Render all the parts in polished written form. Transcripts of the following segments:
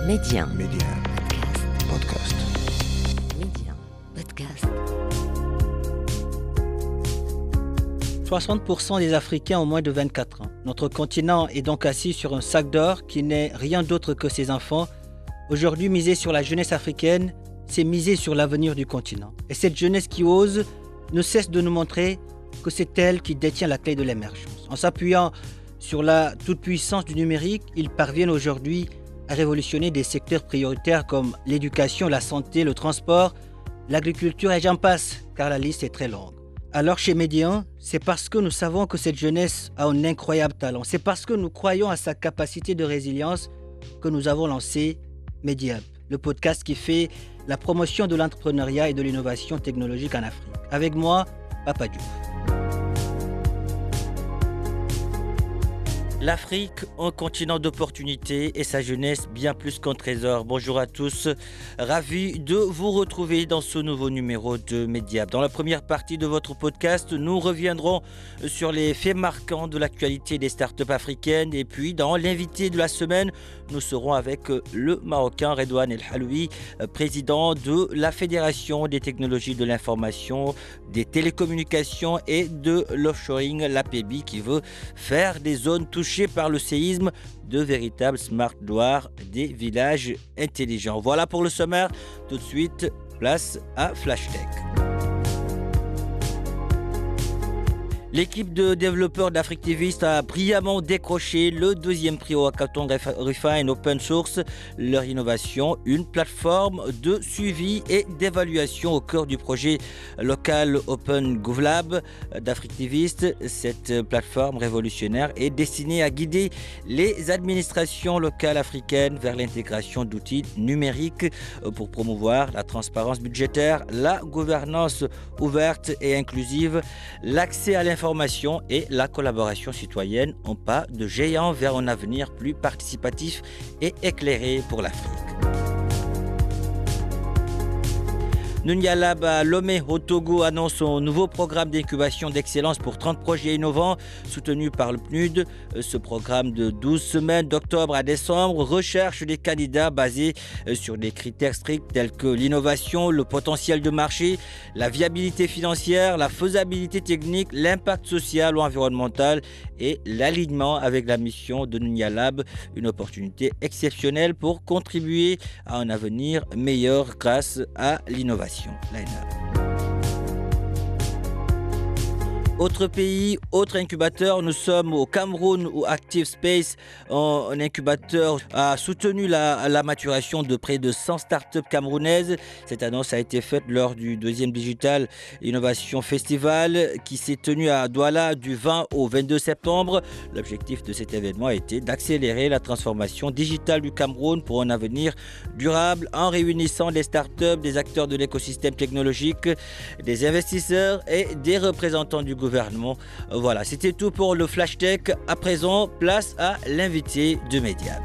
Média. Média. Podcast. Média. Podcast. 60% des Africains ont moins de 24 ans. Notre continent est donc assis sur un sac d'or qui n'est rien d'autre que ses enfants. Aujourd'hui, miser sur la jeunesse africaine, c'est miser sur l'avenir du continent. Et cette jeunesse qui ose ne cesse de nous montrer que c'est elle qui détient la clé de l'émergence. En s'appuyant sur la toute-puissance du numérique, ils parviennent aujourd'hui à révolutionner des secteurs prioritaires comme l'éducation, la santé, le transport, l'agriculture et j'en passe, car la liste est très longue. Alors chez Média, c'est parce que nous savons que cette jeunesse a un incroyable talent. C'est parce que nous croyons à sa capacité de résilience que nous avons lancé Média, le podcast qui fait la promotion de l'entrepreneuriat et de l'innovation technologique en Afrique. Avec moi, Papa Diouf. L'Afrique, un continent d'opportunités et sa jeunesse bien plus qu'un trésor. Bonjour à tous, ravi de vous retrouver dans ce nouveau numéro de Média. Dans la première partie de votre podcast, nous reviendrons sur les faits marquants de l'actualité des startups africaines et puis dans l'invité de la semaine, nous serons avec le Marocain Redouane El Haloui, président de la Fédération des technologies de l'information, des télécommunications et de l'offshoring, l'APEBI, qui veut faire des zones touchées par le séisme de véritables smart doors, des villages intelligents. Voilà pour le sommaire. Tout de suite, place à Flash Tech. L'équipe de développeurs d'Africtivist a brillamment décroché le deuxième prix au Hackathon Refine Open Source. Leur innovation, une plateforme de suivi et d'évaluation au cœur du projet local Open GovLab d'Africtivist. Cette plateforme révolutionnaire est destinée à guider les administrations locales africaines vers l'intégration d'outils numériques pour promouvoir la transparence budgétaire, la gouvernance ouverte et inclusive, l'accès à l'information et la collaboration citoyenne, un pas de géant vers un avenir plus participatif et éclairé pour l'Afrique. Nunya Lab à Lomé au Togo annonce son nouveau programme d'incubation d'excellence pour 30 projets innovants soutenus par le PNUD. Ce programme de 12 semaines d'octobre à décembre recherche des candidats basés sur des critères stricts tels que l'innovation, le potentiel de marché, la viabilité financière, la faisabilité technique, l'impact social ou environnemental et l'alignement avec la mission de Nunya Lab, une opportunité exceptionnelle pour contribuer à un avenir meilleur grâce à l'innovation. Autre pays, autre incubateur, nous sommes au Cameroun où Active Space, un incubateur, a soutenu la maturation de près de 100 startups camerounaises. Cette annonce a été faite lors du deuxième Digital Innovation Festival qui s'est tenu à Douala du 20 au 22 septembre. L'objectif de cet événement a été d'accélérer la transformation digitale du Cameroun pour un avenir durable en réunissant des startups, des acteurs de l'écosystème technologique, des investisseurs et des représentants du gouvernement. Voilà, c'était tout pour le Flash Tech. À présent, place à l'invité de Mediap.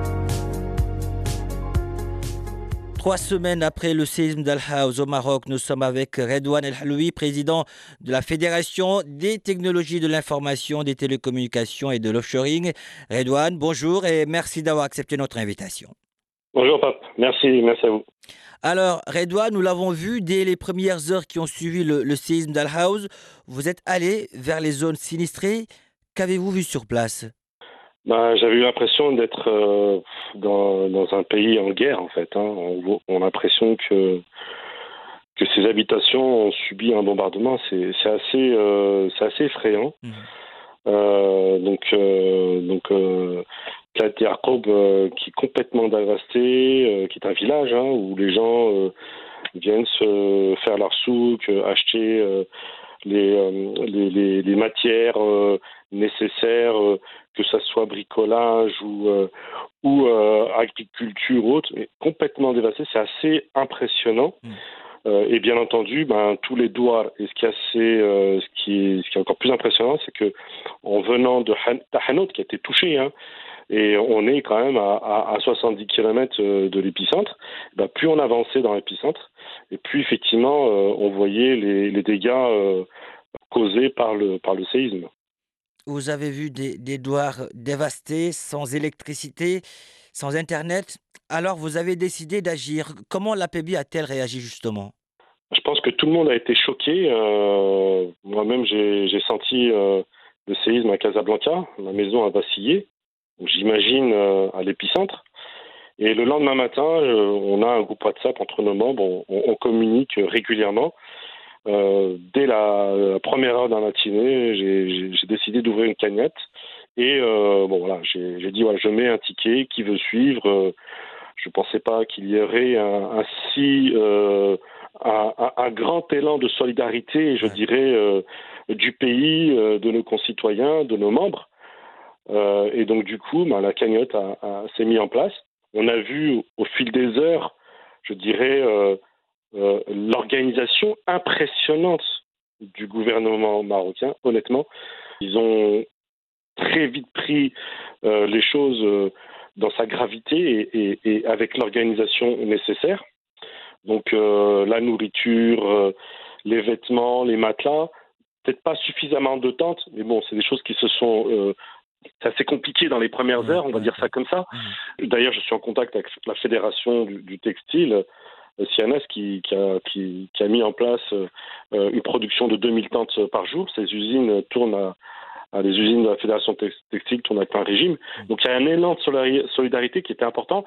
3 semaines après le séisme d'Al-Haouz au Maroc, nous sommes avec Redouane El Haloui, président de la Fédération des technologies de l'information, des télécommunications et de l'offshoring. Redouane, bonjour et merci d'avoir accepté notre invitation. Bonjour Pape, merci à vous. Alors, Redouane, nous l'avons vu dès les premières heures qui ont suivi le séisme d'Al-Haouz. Vous êtes allé vers les zones sinistrées. Qu'avez-vous vu sur place ? J'avais eu l'impression d'être dans un pays en guerre, en fait. On a l'impression que ces habitations ont subi un bombardement. C'est assez effrayant. Klat Yacoub, qui est complètement dévasté, qui est un village où les gens viennent se faire leur souk, acheter les matières nécessaires, que ce soit bricolage ou agriculture ou autre, mais complètement dévasté. C'est assez impressionnant. Et bien entendu, tous les douars. Et ce qui est encore plus impressionnant, c'est que en venant de Tahanout, qui a été touché, et on est quand même à 70 km de l'épicentre, plus on avançait dans l'épicentre, et plus effectivement on voyait les dégâts causés par le séisme. Vous avez vu des douars dévastés, sans électricité. sans Internet. Alors, vous avez décidé d'agir. Comment l'APEBI a-t-elle réagi justement? Je pense que tout le monde a été choqué. Moi-même, j'ai senti le séisme à Casablanca. Ma maison a vacillé. Donc, j'imagine à l'épicentre. Et le lendemain matin, on a un groupe WhatsApp entre nos membres. On communique régulièrement. Dès la première heure de la matinée, j'ai décidé d'ouvrir une cagnotte. Et voilà, j'ai dit je mets un ticket. Qui veut suivre? Je ne pensais pas qu'il y aurait un grand élan de solidarité, je dirais, du pays, de nos concitoyens, de nos membres. Et donc, du coup, la cagnotte s'est mise en place. On a vu au fil des heures, je dirais, l'organisation impressionnante du gouvernement marocain. Honnêtement, ils ont très vite pris les choses dans sa gravité et avec l'organisation nécessaire. Donc la nourriture, les vêtements, les matelas, peut-être pas suffisamment de tentes, mais bon, c'est des choses qui se sont... c'est assez compliqué dans les premières heures, on va dire ça comme ça. D'ailleurs, je suis en contact avec la fédération du textile, CNS, qui a mis en place une production de 2000 tentes par jour. Ces usines tournent les usines de la fédération textile tournent à plein régime. Donc il y a un élan de solidarité qui était important.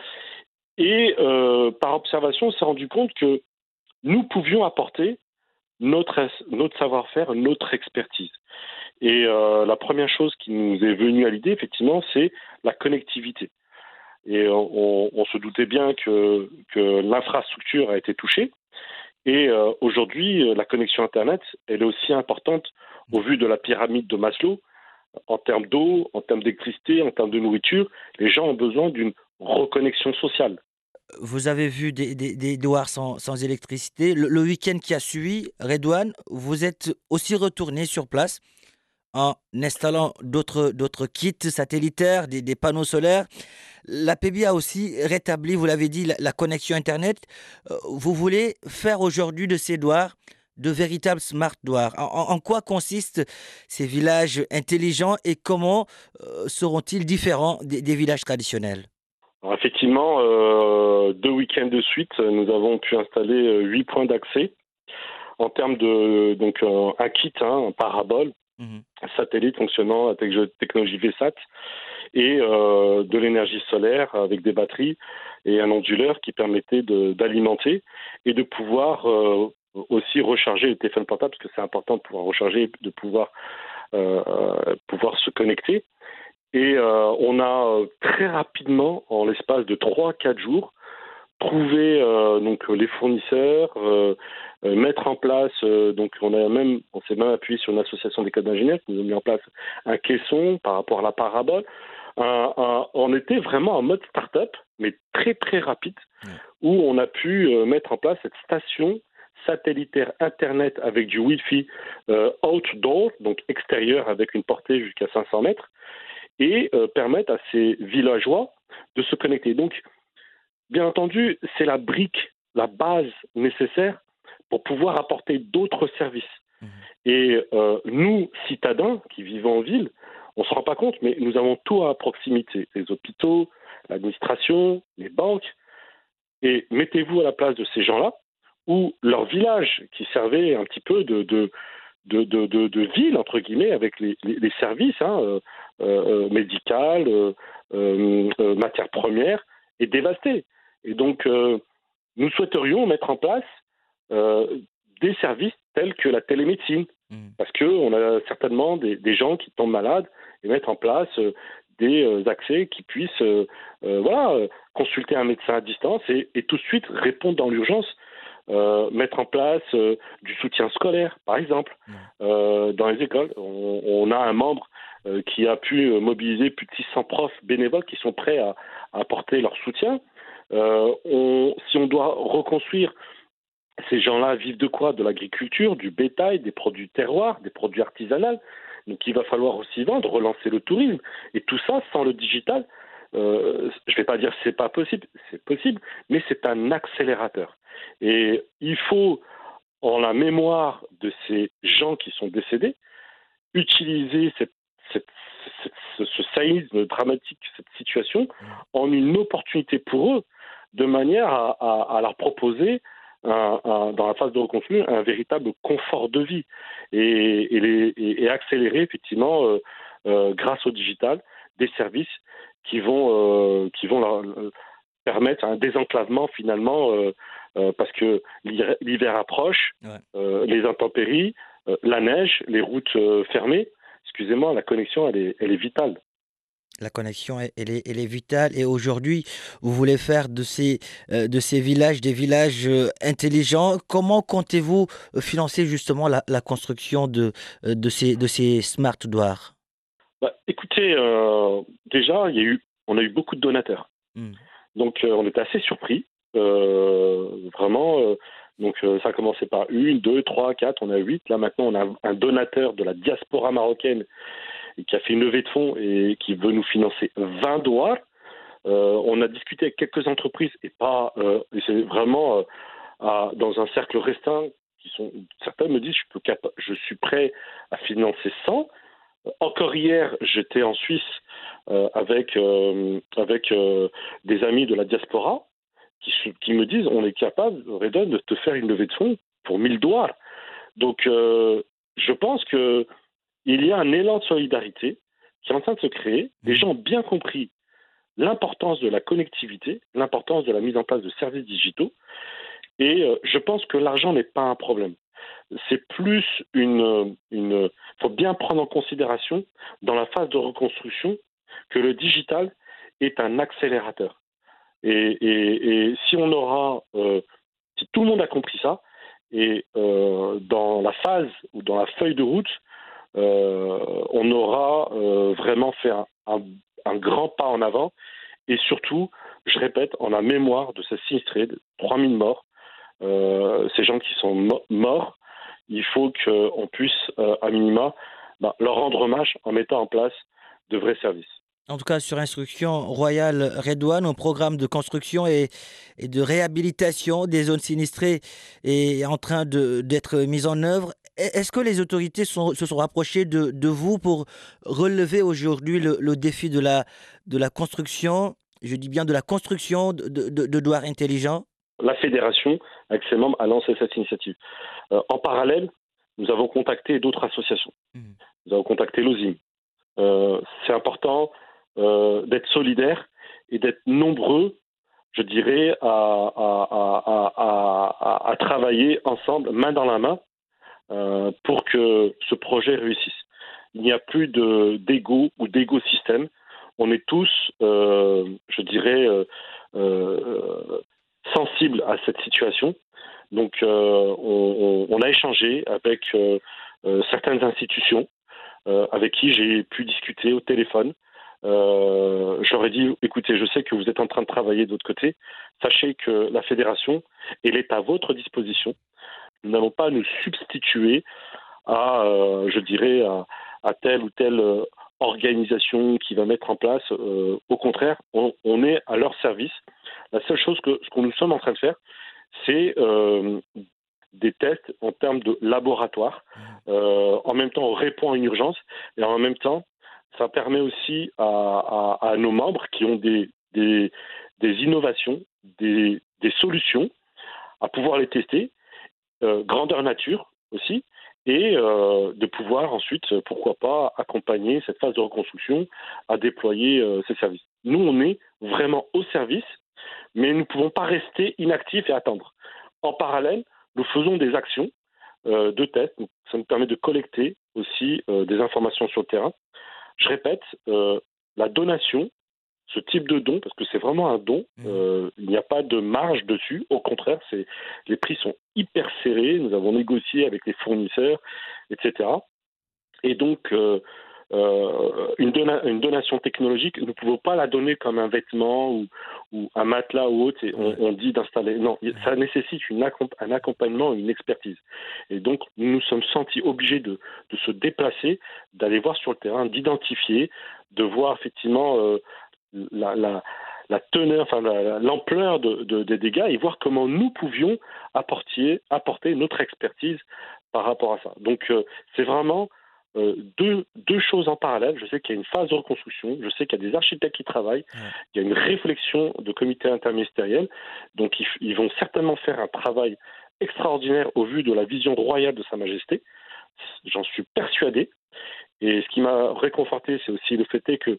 Et par observation, on s'est rendu compte que nous pouvions apporter notre savoir-faire, notre expertise. Et la première chose qui nous est venue à l'idée, effectivement, c'est la connectivité. Et on se doutait bien que l'infrastructure a été touchée. Et aujourd'hui, la connexion Internet, elle est aussi importante au vu de la pyramide de Maslow. En termes d'eau, en termes d'électricité, en termes de nourriture, les gens ont besoin d'une reconnexion sociale. Vous avez vu des douars sans électricité. Le week-end qui a suivi, Redouane, vous êtes aussi retourné sur place en installant d'autres kits satellitaires, des panneaux solaires. L'APEBI a aussi rétabli, vous l'avez dit, la connexion Internet. Vous voulez faire aujourd'hui de ces douars de véritables smart douars. En quoi consistent ces villages intelligents et comment seront-ils différents des villages traditionnels? Alors effectivement, 2 week-ends de suite, nous avons pu installer 8 points d'accès en termes de un kit, un parabole, un satellite fonctionnant à technologie VSAT et de l'énergie solaire avec des batteries et un onduleur qui permettait d'alimenter et de pouvoir aussi recharger les téléphones portables, parce que c'est important de pouvoir recharger, de pouvoir se connecter. Et on a très rapidement, en l'espace de 3-4 jours, trouvé les fournisseurs, mettre en place, on s'est même appuyé sur une association d'écoles d'ingénieurs qui nous a mis en place un caisson par rapport à la parabole. On était vraiment en mode start-up, mais très très rapide, où on a pu mettre en place cette station satellitaire Internet avec du Wi-Fi outdoor, donc extérieur avec une portée jusqu'à 500 mètres, et permettre à ces villageois de se connecter. Donc, bien entendu, c'est la brique, la base nécessaire pour pouvoir apporter d'autres services. Et nous, citadins qui vivons en ville, on ne se rend pas compte, mais nous avons tout à proximité. Les hôpitaux, l'administration, les banques. Et mettez-vous à la place de ces gens-là, où leur village, qui servait un petit peu de ville, entre guillemets, avec les services médicaux, matières premières, est dévasté. Et donc, nous souhaiterions mettre en place des services tels que la télémédecine, parce qu'on a certainement des gens qui tombent malades, et mettre en place des accès qui puissent consulter un médecin à distance et tout de suite répondre dans l'urgence. Mettre en place du soutien scolaire, par exemple, dans les écoles. On a un membre qui a pu mobiliser plus de 600 profs bénévoles qui sont prêts à apporter leur soutien. Si on doit reconstruire, ces gens-là vivent de quoi? De l'agriculture, du bétail, des produits terroirs, des produits artisanaux. Donc il va falloir aussi vendre, relancer le tourisme. Et tout ça, sans le digital, je ne vais pas dire que c'est pas possible, c'est possible, mais c'est un accélérateur. Et il faut, en la mémoire de ces gens qui sont décédés, utiliser ce séisme dramatique, cette situation, en une opportunité pour eux, de manière à leur proposer, dans la phase de reconstruction, un véritable confort de vie et accélérer effectivement, grâce au digital, des services qui vont leur permettre un désenclavement finalement, parce que l'hiver approche, les intempéries, la neige, les routes fermées. Excusez-moi, la connexion, elle est vitale. La connexion, elle est vitale. Et aujourd'hui, vous voulez faire de ces villages des villages intelligents. Comment comptez-vous financer justement la construction de ces smart douars? Écoutez, déjà, on a eu beaucoup de donateurs. Donc, on était assez surpris. Vraiment. Donc, ça a commencé par 1, 2, 3, 4, on a 8. Là, maintenant, on a un donateur de la diaspora marocaine qui a fait une levée de fonds et qui veut nous financer 20 douars. On a discuté avec quelques entreprises et c'est vraiment dans un cercle restreint. Certains me disent je suis prêt à financer 100. Encore hier, j'étais en Suisse avec des amis de la diaspora qui me disent on est capable, Redon, de te faire une levée de fonds pour 1000 douars. Donc, je pense qu'il y a un élan de solidarité qui est en train de se créer. Les gens ont bien compris l'importance de la connectivité, l'importance de la mise en place de services digitaux. Et je pense que l'argent n'est pas un problème. C'est plus faut bien prendre en considération dans la phase de reconstruction que le digital est un accélérateur. Et si si tout le monde a compris ça, et dans la phase ou dans la feuille de route, on aura vraiment fait un grand pas en avant. Et surtout, je répète, en la mémoire de ces sinistrés, de 3000 morts, ces gens qui sont morts, il faut qu'on puisse, à minima, leur rendre hommage en mettant en place de vrais services. En tout cas, sur instruction royale Redouane, un programme de construction et de réhabilitation des zones sinistrées est en train d'être mis en œuvre. Est-ce que les autorités se sont rapprochées de vous pour relever aujourd'hui le défi de la construction, je dis bien de la construction de douars intelligents? La fédération, avec ses membres, a lancé cette initiative. En parallèle, nous avons contacté d'autres associations. Nous avons contacté l'OSIM. C'est important d'être solidaire et d'être nombreux, je dirais, à travailler ensemble, main dans la main, pour que ce projet réussisse. Il n'y a plus d'ego ou d'écosystème. On est tous, je dirais, sensibles à cette situation. Donc, on a échangé avec certaines institutions avec qui j'ai pu discuter au téléphone. Je leur ai dit, écoutez, je sais que vous êtes en train de travailler de votre côté. Sachez que la fédération, elle est à votre disposition. Nous n'allons pas nous substituer je dirais, à telle ou telle organisation qui va mettre en place. Au contraire, on est à leur service. La seule chose ce que nous sommes en train de faire, c'est des tests en termes de laboratoire. En même temps, on répond à une urgence et en même temps, ça permet aussi à nos membres qui ont des innovations, des solutions, à pouvoir les tester, grandeur nature aussi, et de pouvoir ensuite, pourquoi pas, accompagner cette phase de reconstruction à déployer ces services. Nous, on est vraiment au service, mais nous ne pouvons pas rester inactifs et attendre. En parallèle, nous faisons des actions de test. Ça nous permet de collecter aussi des informations sur le terrain. Je répète, la donation, ce type de don, parce que c'est vraiment un don, il n'y a pas de marge dessus. Au contraire, les prix sont hyper serrés. Nous avons négocié avec les fournisseurs, etc. Et donc, une donation technologique, nous ne pouvons pas la donner comme un vêtement ou un matelas ou autre. Et on dit d'installer. Non, ça nécessite un accompagnement, une expertise. Et donc, nous nous sommes sentis obligés de se déplacer, d'aller voir sur le terrain, d'identifier, de voir effectivement la teneur, enfin l'ampleur des dégâts et voir comment nous pouvions apporter notre expertise par rapport à ça. Donc, c'est vraiment deux choses en parallèle. Je sais qu'il y a une phase de reconstruction, je sais qu'il y a des architectes qui travaillent, il y a une réflexion de comité interministériel, donc ils vont certainement faire un travail extraordinaire au vu de la vision royale de Sa Majesté. J'en suis persuadé. Et ce qui m'a réconforté, c'est aussi le fait que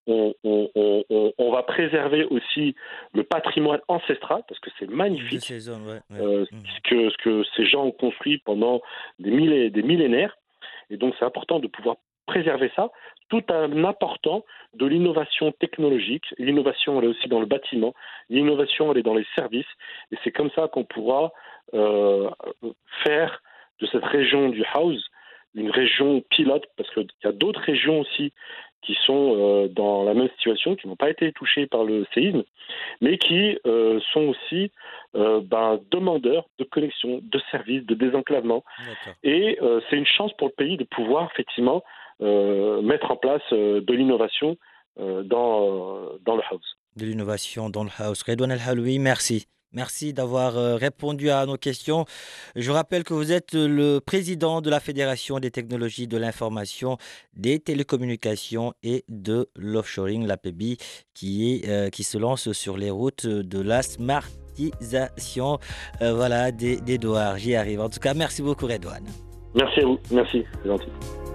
on va préserver aussi le patrimoine ancestral, parce que c'est magnifique ce que ces gens ont construit pendant des millénaires. Et donc c'est important de pouvoir préserver ça, tout en apportant de l'innovation technologique. L'innovation, elle est aussi dans le bâtiment, l'innovation, elle est dans les services. Et c'est comme ça qu'on pourra faire de cette région du House une région pilote, parce qu'il y a d'autres régions aussi qui sont dans la même situation, qui n'ont pas été touchées par le séisme, mais qui sont aussi demandeurs de connexion, de services, de désenclavement. D'accord. Et c'est une chance pour le pays de pouvoir effectivement mettre en place de l'innovation dans le House. De l'innovation dans le House. Redouane El Haloui, merci. Merci d'avoir répondu à nos questions. Je rappelle que vous êtes le président de la Fédération des technologies de l'information, des télécommunications et de l'offshoring, l'APEBI, qui se lance sur les routes de la smartisation des douars. J'y arrive. En tout cas, merci beaucoup, Redouane. Merci à vous. Merci, c'est gentil.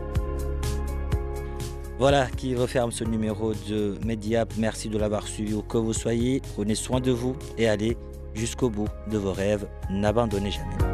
Voilà qui referme ce numéro de Mediap. Merci de l'avoir suivi où que vous soyez. Prenez soin de vous et allez jusqu'au bout de vos rêves. N'abandonnez jamais.